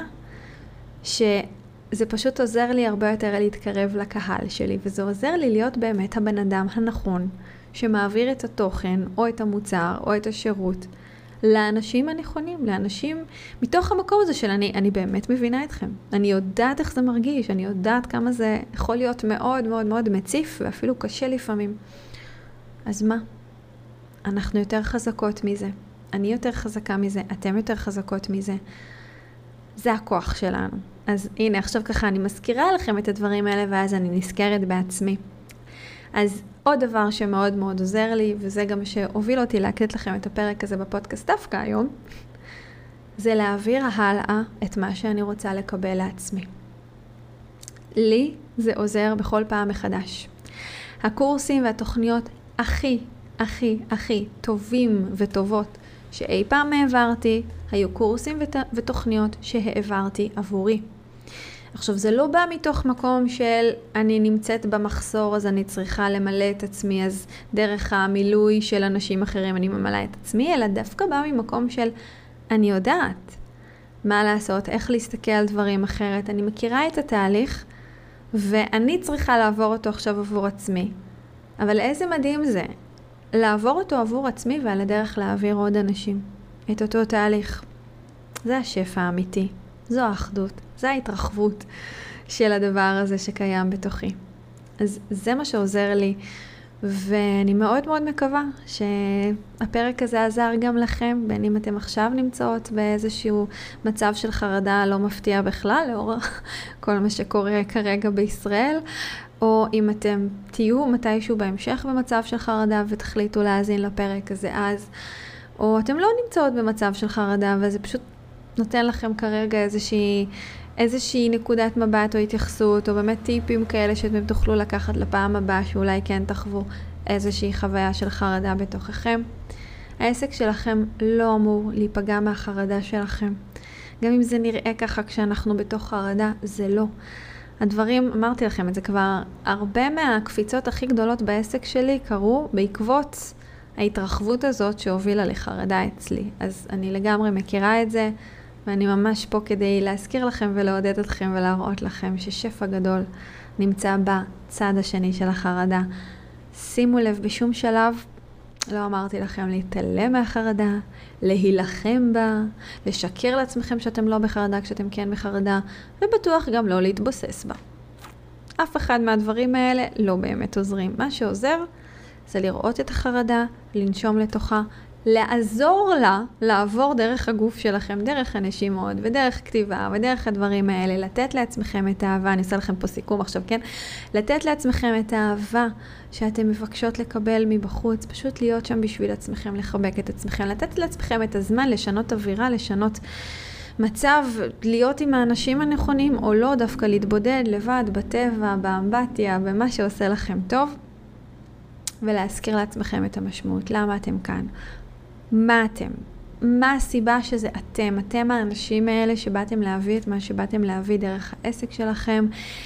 שזה פשוט עוזר לי הרבה יותר להתקרב לקהל שלי, וזה עוזר לי להיות באמת הבן אדם הנכון שמעביר את התוכן או את המוצר או את השירות לאנשים הנכונים, לאנשים מתוך המקום הזה של אני באמת מבינה אתכם. אני יודעת איך זה מרגיש, אני יודעת כמה זה יכול להיות מאוד מאוד מאוד מציף ואפילו קשה לפעמים. אז מה? אנחנו יותר חזקות מזה. אני יותר חזקה מזה, אתם יותר חזקות מזה. זה הכוח שלנו. אז הנה, עכשיו ככה אני מזכירה לכם את הדברים האלה, ואז אני נזכרת בעצמי. אז עוד דבר שמאוד מאוד עוזר לי, וזה גם שהוביל אותי להקליט לכם את הפרק הזה בפודקאסט דווקא היום, זה להעביר הלאה את מה שאני רוצה לקבל לעצמי. לי זה עוזר בכל פעם מחדש. הקורסים והתוכניות הכי טובים וטובות שאי פעם העברתי, היו קורסים ותוכניות שהעברתי עבורי. עכשיו, זה לא בא מתוך מקום של אני נמצאת במחסור, אז אני צריכה למלא את עצמי, אז דרך המילוי של אנשים אחרים אני ממלא את עצמי, אלא דווקא בא ממקום של אני יודעת מה לעשות, איך להסתכל על דברים אחרת. אני מכירה את התהליך, ואני צריכה לעבור אותו עכשיו עבור עצמי. אבל איזה מדהים זה, לעבור אותו עבור עצמי ועל הדרך להעביר עוד אנשים את אותו תהליך. זה השפע האמיתי, זו האחדות, זו ההתרחבות של הדבר הזה שקיים בתוכי. אז זה מה שעוזר לי, ואני מאוד מאוד מקווה שהפרק הזה עזר גם לכם, בין אם אתם עכשיו נמצאות באיזשהו מצב של חרדה לא מפתיע בכלל, לאור כל מה שקורה כרגע בישראל, או אם אתם תהיו מתישהו בהמשך במצב של חרדה ותחליטו להאזין לפרק הזה אז, או אתם לא נמצאות במצב של חרדה וזה פשוט נותן לכם כרגע איזושהי נקודת מבט או התייחסות, או באמת טיפים כאלה שאתם תוכלו לקחת לפעם הבאה שאולי כן תחוו איזושהי חוויה של חרדה בתוככם. העסק שלכם לא אמור להיפגע מהחרדה שלכם. גם אם זה נראה ככה כשאנחנו בתוך חרדה, זה לא. הדברים, אמרתי לכם את זה כבר, הרבה מהקפיצות הכי גדולות בעסק שלי קרו בעקבות ההתרחבות הזאת שהובילה לחרדה אצלי. אז אני לגמרי מכירה את זה, ואני ממש פה כדי להזכיר לכם ולעודד אתכם ולהראות לכם ששפע גדול נמצא בצד השני של החרדה. שימו לב, בשום שלב לא אמרתי לכם להתעלם מהחרדה, להילחם בה, לשקר לעצמכם שאתם לא בחרדה כשאתם כן בחרדה, ובטוח גם לא להתבוסס בה. אף אחד מהדברים האלה לא באמת עוזרים. מה שעוזר זה לראות את החרדה, לנשום לתוכה, לעזור לה לעבור דרך הגוף שלכם, דרך הנשימות ודרך כתיבה ודרך הדברים האלה, לתת לעצמכם את האהבה, אני עושה לכם פה סיכום עכשיו, כן? לתת לעצמכם את האהבה שאתם מבקשות לקבל מבחוץ, פשוט להיות שם בשביל עצמכם, לחבק את עצמכם, לתת לעצמכם את הזמן, לשנות אווירה, לשנות מצב, להיות עם האנשים הנכונים או לא, דווקא להתבודד לבד, בטבע, באמבטיה, במה שעושה לכם טוב, ולהזכיר לעצמכם את המשמעות, למה אתם כאן. מה אתם? מה הסיבה שזה אתם? אתם האנשים האלה שבאתם להביא את מה שבאתם להביא דרך העסק שלכם.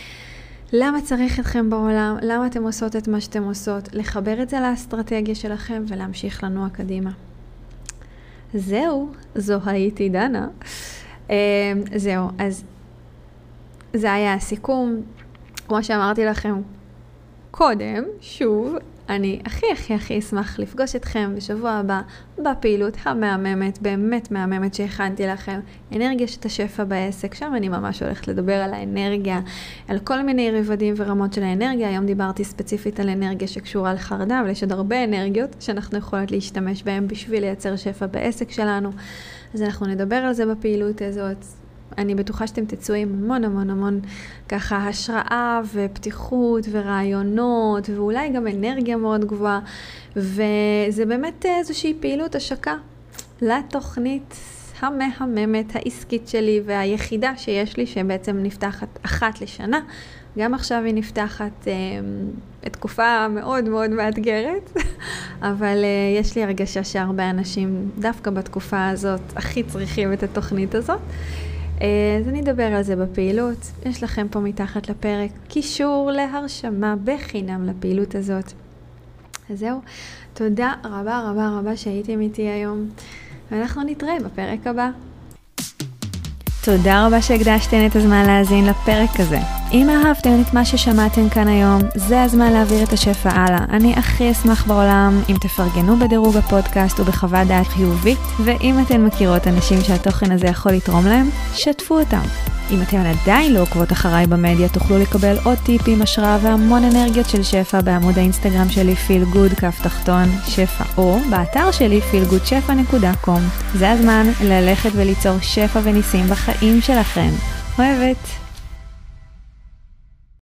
למה צריך אתכם בעולם? למה אתם עושות את מה שאתם עושות? לחבר את זה לאסטרטגיה שלכם ולהמשיך לנוע קדימה. זו הייתי דנה. זהו, אז זה היה הסיכום. כמו שאמרתי לכם קודם, שוב, אני הכי אשמח לפגוש אתכם בשבוע הבא בפעילות המהממת, באמת מהממת שהכנתי לכם, אנרגיית השפע בעסק. שם אני ממש הולכת לדבר על האנרגיה, על כל מיני רבדים ורמות של האנרגיה. היום דיברתי ספציפית על אנרגיה שקשורה לחרדה, אבל יש עוד הרבה אנרגיות שאנחנו יכולות להשתמש בהן בשביל לייצר שפע בעסק שלנו. אז אנחנו נדבר על זה בפעילות הזאת. אני בטוחה שאתם תצאו עם המון ככה השראה ופתיחות ורעיונות ואולי גם אנרגיה מאוד גבוהה, וזה באמת איזושהי פעילות השקה לתוכנית המהממת העסקית שלי והיחידה שיש לי, שבעצם נפתחת אחת לשנה. גם עכשיו היא נפתחת תקופה מאוד מאתגרת, אבל יש לי הרגשה שהרבה אנשים דווקא בתקופה הזאת הכי צריכים את התוכנית הזאת. אז אני אדבר על זה בפעילות. יש לכם פה מתחת לפרק קישור להרשמה בחינם לפעילות הזאת. אז זהו, תודה רבה שהייתם איתי היום, ואנחנו נתראה בפרק הבא. תודה רבה שהקדשתם את הזמן להאזין לפרק הזה. אם אהבתם את מה ששמעתם כאן היום, זה הזמן להעביר את השפע הלאה. אני הכי אשמח בעולם אם תפרגנו בדירוג הפודקאסט ובחוות דעת חיובית, ואם אתן מכירות אנשים שהתוכן הזה יכול לתרום להם, שתפו אותם. אם אתן עדיין לא עוקבות אחריי במדיה, תוכלו לקבל עוד טיפים, השראה והמון אנרגיות של שפע בעמוד האינסטגרם שלי feelgood_שפע, או באתר שלי feelgoodשפע.com. זה הזמן ללכת וליצור שפע וניסים בחיים שלכם. אוהבת.